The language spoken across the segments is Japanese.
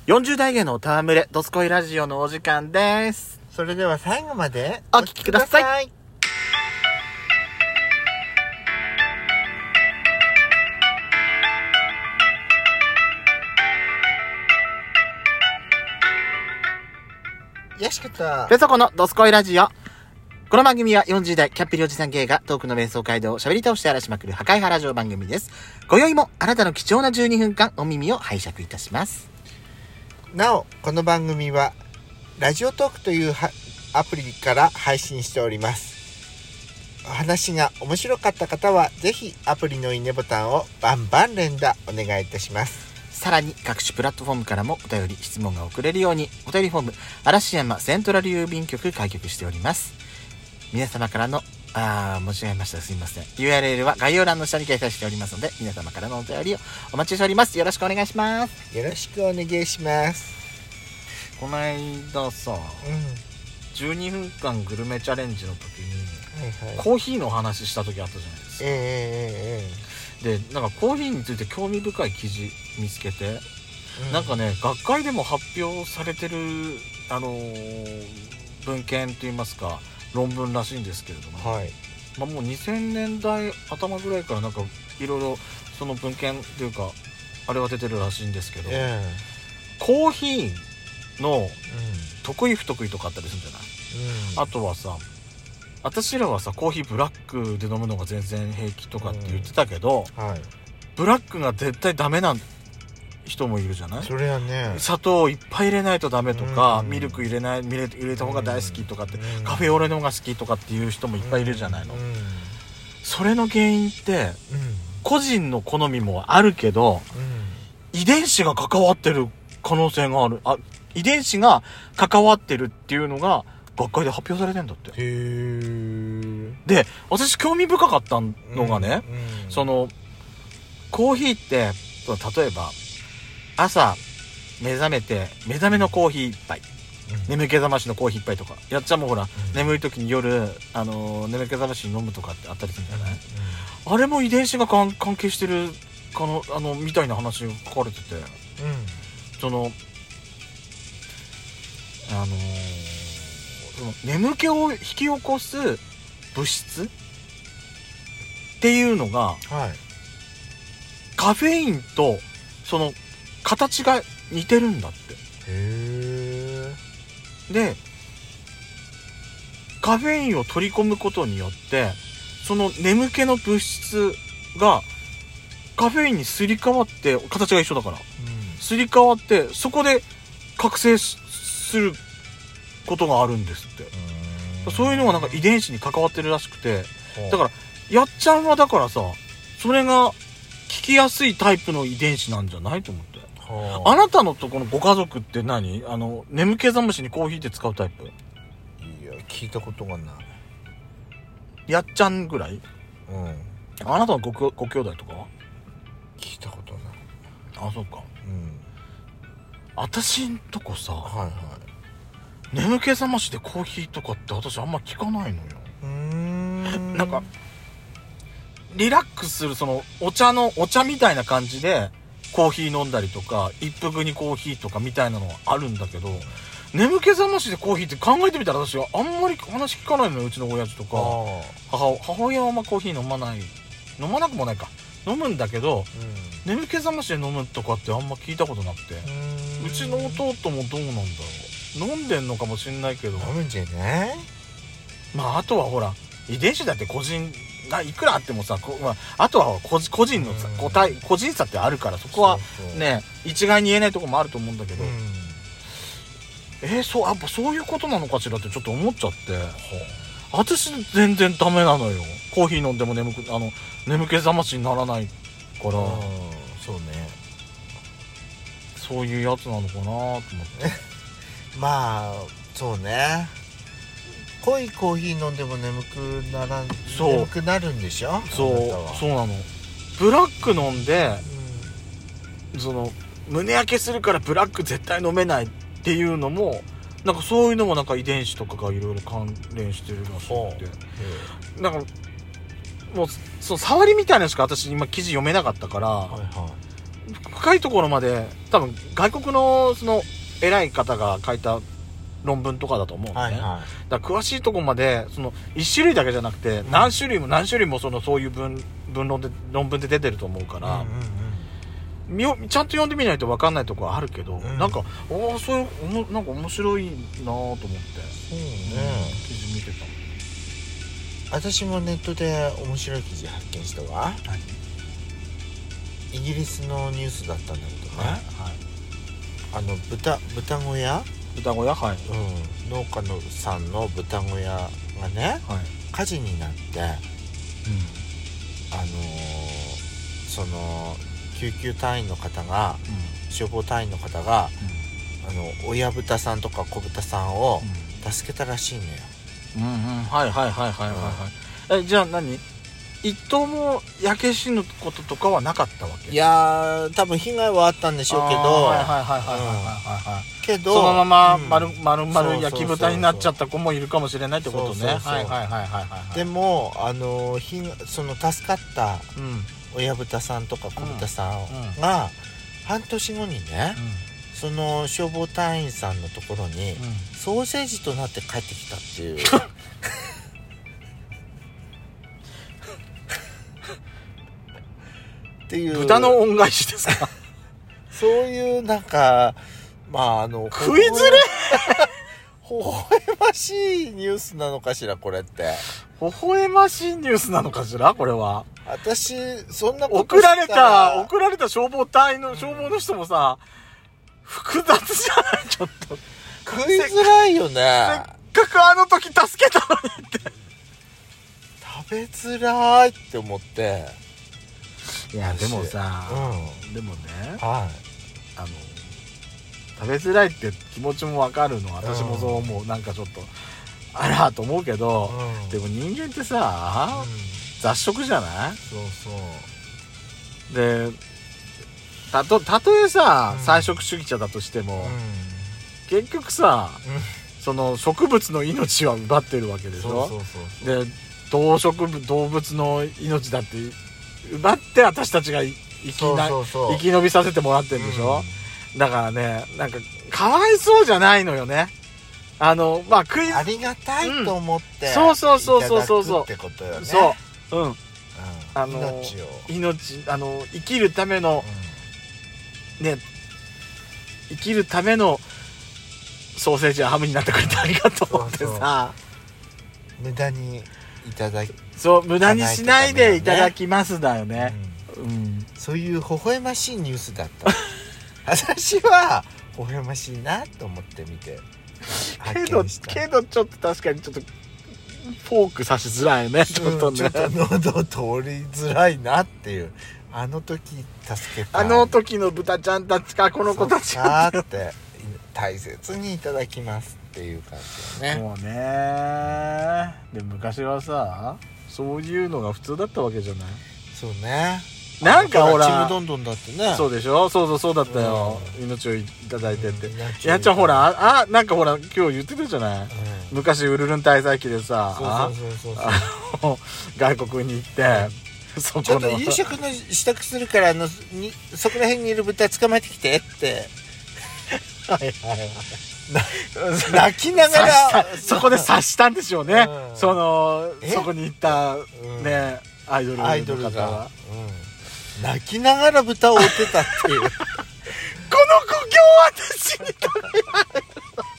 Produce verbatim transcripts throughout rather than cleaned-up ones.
よんじゅう代芸の戯れドスコイラジオのお時間です。 それでは最後までお聞きください。 よしことペソコのドスコイラジオ。この番組はよんじゅう代キャッピリおじさん芸がトークの瞑想街道を喋り倒して荒らしまくる破壊派ラジオ番組です。今宵もあなたの貴重なじゅうにふんかんお耳を拝借いたします。 なおこの番組はラジオトークというアプリから配信しております。お話が面白かった方はぜひアプリのいいねボタンをバンバン連打お願いいたします。 さらに各種プラットフォームからもお便り質問が送れるようにお便りフォーム嵐山セントラル郵便局開局しております。皆様からのあー間違えました、すいません。 ユーアールエル は概要欄の下に掲載しておりますので皆様からのお便りをお待ちしております。よろしくお願いします。 よろしくお願いします。 この間さ、うん、じゅうにふんかんグルメチャレンジの時に、はいはい、コーヒーの話した時あったじゃないですか。 えー、えー、でなんかコーヒーについて興味深い記事見つけて、うん、なんかね学会でも発表されてるあのー、文献といいますか論文らしいんですけれども、はい、まあ、もうにせんねんだい頭ぐらいからなんかいろいろその文献というかあれは出てるらしいんですけど、えー、コーヒーの得意不得意とかあったりするんじゃない、うん、あとはさ私らはさコーヒーブラックで飲むのが全然平気とかって言ってたけど、うん、はい、ブラックが絶対ダメな人もいるじゃない。 それはね砂糖をいっぱい入れないとダメとか、うん、ミルク入れない入れ、入れた方が大好きとかって、うん、カフェオレの方が好きとかっていう人もいっぱいいるじゃないの、うん、それの原因って、うん、個人の好みもあるけど、うん、遺伝子が関わってる可能性がある。あ、遺伝子が関わってるっていうのが学会で発表されてんだって。へー。で、私興味深かったのがね、うんうん、そのコーヒーって例えば朝目覚めて目覚めのコーヒー一杯、うん、眠気覚ましのコーヒー一杯とかやっちゃんもほら、うん、眠い時に夜、あのー、眠気覚ましに飲むとかってあったりするんじゃない、うん、あれも遺伝子が関係してるかのあのみたいな話が書かれてて、うん、そのあのー、その眠気を引き起こす物質っていうのが、はい、カフェインとその形が似てるんだって。へー。でカフェインを取り込むことによってその眠気の物質がカフェインにすり替わって形が一緒だから、うん、すり替わってそこで覚醒することがあるんですって。そういうのがなんか遺伝子に関わってるらしくて、だからやっちゃんはだからさそれが効きやすいタイプの遺伝子なんじゃないと思って。はあ、あなたのとこのご家族って何？あの眠気覚ましにコーヒーって使うタイプ？いや聞いたことがない。 やっちゃんぐらい？うん。あなたのご、ご兄弟とかは？ 聞いたことない。 あ、そうか。うん。私んとこさ、はいはい、眠気覚ましでコーヒーとかって私あんま聞かないのよ。うーん。なんかリラックスするそのお茶のお茶みたいな感じでコーヒー飲んだりとか一服にコーヒーとかみたいなのはあるんだけど、眠気覚ましでコーヒーって考えてみたら私はあんまり話聞かないのよ。うちの親父とか母、母親はあんまコーヒー飲まない飲まなくもないか飲むんだけど、うん、眠気覚ましで飲むとかってあんま聞いたことなくて、う, うちの弟もどうなんだろう、飲んでんのかもしんないけど、 飲むんじゃない？ まああとはほら遺伝子だって個人がいくらあってもさ、まあ、あとは個人のさ、個体個人差ってあるからそこはね一概に言えないところもあると思うんだけど、うん、えー、そうやっぱそういうことなのかしらってちょっと思っちゃって、はあ、私全然ダメなのよ。コーヒー飲んでも眠くあの眠気覚ましにならないから、そうね、そういうやつなのかなと思ってまあそうね、濃いコーヒー飲んでも眠くならん、眠くなるんでしょ。 そうそうなの。ブラック飲んで、うん、その胸焼けするからブラック絶対飲めないっていうのもなんかそういうのもなんか遺伝子とかがいろいろ関連してるらしくて、うん、なんかもうそう触りみたいなのしか私今記事読めなかったから、はいはい、 深いところまで多分外国のその偉い方が書いた論文とかだと思うんで、ね、はいはい、だから詳しいところまでそのいち種類だけじゃなくて何種類も何種類もそのそういう 文, 文論で論文で出てると思うから、うんうんうん、ちゃんと読んでみないと分かんないところはあるけど、うん、なんかおそういうおもなんか面白いなと思って、うんね、記事見てた。 私もネットで面白い記事発見したわ、はい、イギリスのニュースだったんだけどね、はいはい、あの 豚, 豚小屋豚小屋、はい、 うん、農家のさんの豚小屋がね、はい、火事になって、うん、あのー、その救急隊員の方が、うん、消防隊員の方が、うん、あの親豚さんとか子豚さんを助けたらしいのよ、 うんうん、はいはいはいはいはい、はい、えじゃあ何一頭も焼け死ぬこととかはなかったわけ？ いやー多分被害はあったんでしょうけど、はいはいはいはいはいはい、けどそのまま丸々、うん、丸焼き豚になっちゃった子もいるかもしれないってことね。はいはいはいはいはい。 でもあのその助かった親豚さんとか子豚さんが半年後にね、うん、その消防隊員さんのところに、うん、ソーセージとなって帰ってきたっていうっていう豚の恩返しですかそういうなんかまああの食いずれ微笑ましいニュースなのかしらこれって。 微笑ましいニュースなのかしらこれは。 私そんなこと送られた送られた消防隊の消防の人もさ、複雑じゃないちょっと食いづらいよね。 せっかくあの時助けたのにって食べづらいって思って。 いやでもさ、うん、でもね、 はい、 あの食べづらいって気持ちも分かるの私もそう思う、うん、なんかちょっとあらと思うけど、うん、でも人間ってさ、うん、雑食じゃない？ そうそうでたと、たとえさ、うん、菜食主義者だとしても、うん、結局さ、うん、その植物の命は奪ってるわけでしょ。 そうそうそうそう。 で動植物動物の命だって奪って私たちが生きなそうそうそう生き延びさせてもらってるんでしょ、うん、だからねなんかかわいそうじゃないのよね。あのまあクイズありがたいと思って、うん、 そうそうそうそうそうそうってことよね。 そううん、うん、 あの命を命あの生きるための、うん、ね生きるためのソーセージやハムになってくれてありがとうってさそうそう無駄にいただきそう無駄にしないでいただきますだよね、うんうん、 そういう微笑ましいニュースだった私は微笑ましいなと思って見て発見したけどけどちょっと確かにちょっとフォーク刺しづらいよね、うん、ちょっとねちょっと喉通りづらいなっていうあの時助けたあの時の豚ちゃんたちかこの子たちかって大切にいただきますっていう感じよね。 もうねで昔はさそういうのが普通だったわけじゃない。 そうねなんかほらちむどんどんだってね。 そうでしょそうそうそうだったよ、うん、命をいただいてって、うん、やっちゃんほらああなんかほら今日言ってたじゃない、うん、昔ウルルン滞在期でさそうそうそうそう外国に行って、 うん、そこのちょっと夕食の支度するからあのにそこら辺にいる豚捕まえてきてってはいはいはい泣きながらそこで察したんでしょうね、うん、そのそこに行ったね、うん、アイドルの方は、 うん、泣きながら豚を追ってたっていうこの故郷は私に食べられる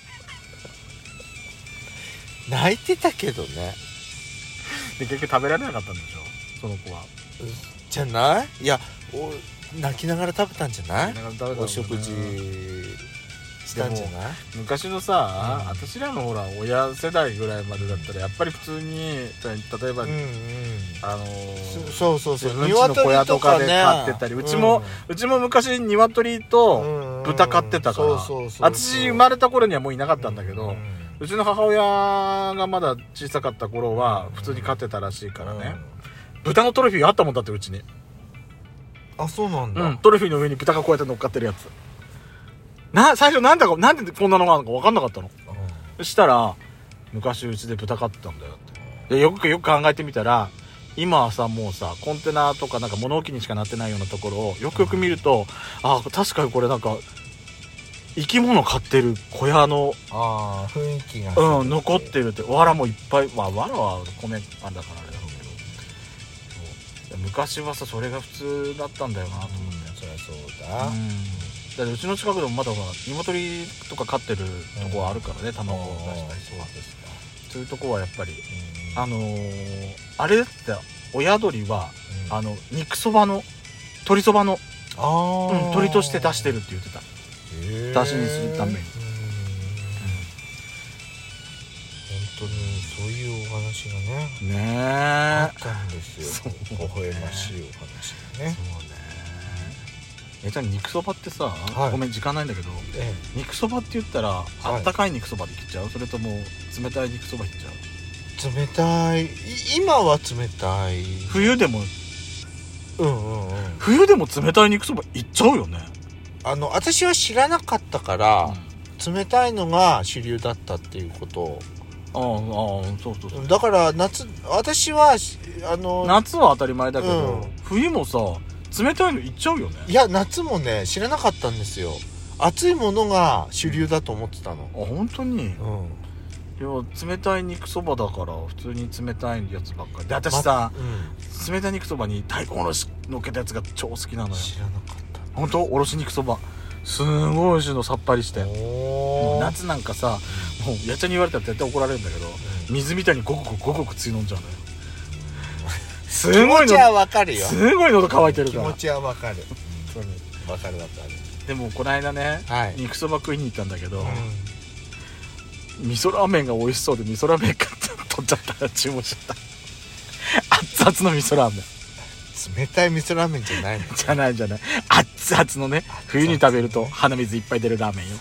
泣いてたけどねで結局食べられなかったんでしょその子は。 じゃないいや泣きながら食べたんじゃないお食事したんじゃない昔のさ、うん、私らのほら親世代ぐらいまでだったらやっぱり普通に例えば、うんうん、あのー、 そうそうそう自分ちの小屋とかで飼ってたり、うちも、うん、うちも昔鶏と豚飼ってたから、私生まれた頃にはもういなかったんだけど、うんうん、うちの母親がまだ小さかった頃は普通に飼ってたらしいからね、うん、豚のトロフィーあったもんだってうちに。 あ、そうなんだ、 うん、トロフィーの上に豚がこうやって乗っかってるやつな、最初なんだかなんでこんなのがあるのか分かんなかったの、うん、そしたら昔うちで豚飼ってたんだよって。でよくよく考えてみたら今はさもうさコンテナとかなんか物置にしかなってないようなところをよくよく見ると、うん、あ確かにこれなんか生き物飼ってる小屋のあ雰囲気がうん残ってるって藁もいっぱい、まあ藁は米パンだからあれだろうけど、昔はさそれが普通だったんだよなと思って、 うん、そりゃそうだ、 うん、だってうちの近くでもまだほら鶏とか飼ってるとこはあるからね、うん、卵を出したりとか、そういうとこはやっぱり、うん、あのー、あれだって親鳥は、うん、あの肉そばの鶏そばのあ、うん、鶏として出してるって言ってた、出しにするために、うん、本当にそういうお話がねねあったんですよ。微笑ましいお話がね。 そうね。えじゃあ肉そばってさ、はい、ごめん時間ないんだけど、ええ、肉そばって言ったら、はい、あったかい肉そばでいっちゃう？それとも冷たい肉そばいっちゃう？ 冷たい。今は冷たい。 冬でもうんうんうん。 冬でも冷たい肉そばいっちゃうよね。 あの私は知らなかったから、うん、冷たいのが主流だったっていうことを。 ああ、ああ、そうそうそう。 だから夏私はあの夏は当たり前だけど、うん、冬もさ冷たいのいっちゃうよね。 いや夏もね知らなかったんですよ。熱いものが主流だと思ってたの。 あ本当に。うん。いや冷たい肉そばだから普通に冷たいやつばっかりで私さ、まうん、冷たい肉そばに大根おろしのっけたやつが超好きなのよ。 知らなかった。 本当おろし肉そばすごい美味しいのさっぱりして。もう夏なんかさもうやっちゃんに言われたら絶対怒られるんだけど、うん、水みたいにゴクゴクゴクゴクつい飲んじゃうのよ。すごいの気持ちはわかるよ。 すごい喉乾いてるから気持ちはわかる。本当にわかるわかる。 でもこの間ね、はい、肉そば食いに行ったんだけど、うん、味噌ラーメンが美味しそうで味噌ラーメン買って取っちゃったら注文しちゃった熱々の味噌ラーメン。 冷たい味噌ラーメンじゃないの？ じゃないじゃない熱々のね冬に食べると鼻水いっぱい出るラーメンよ。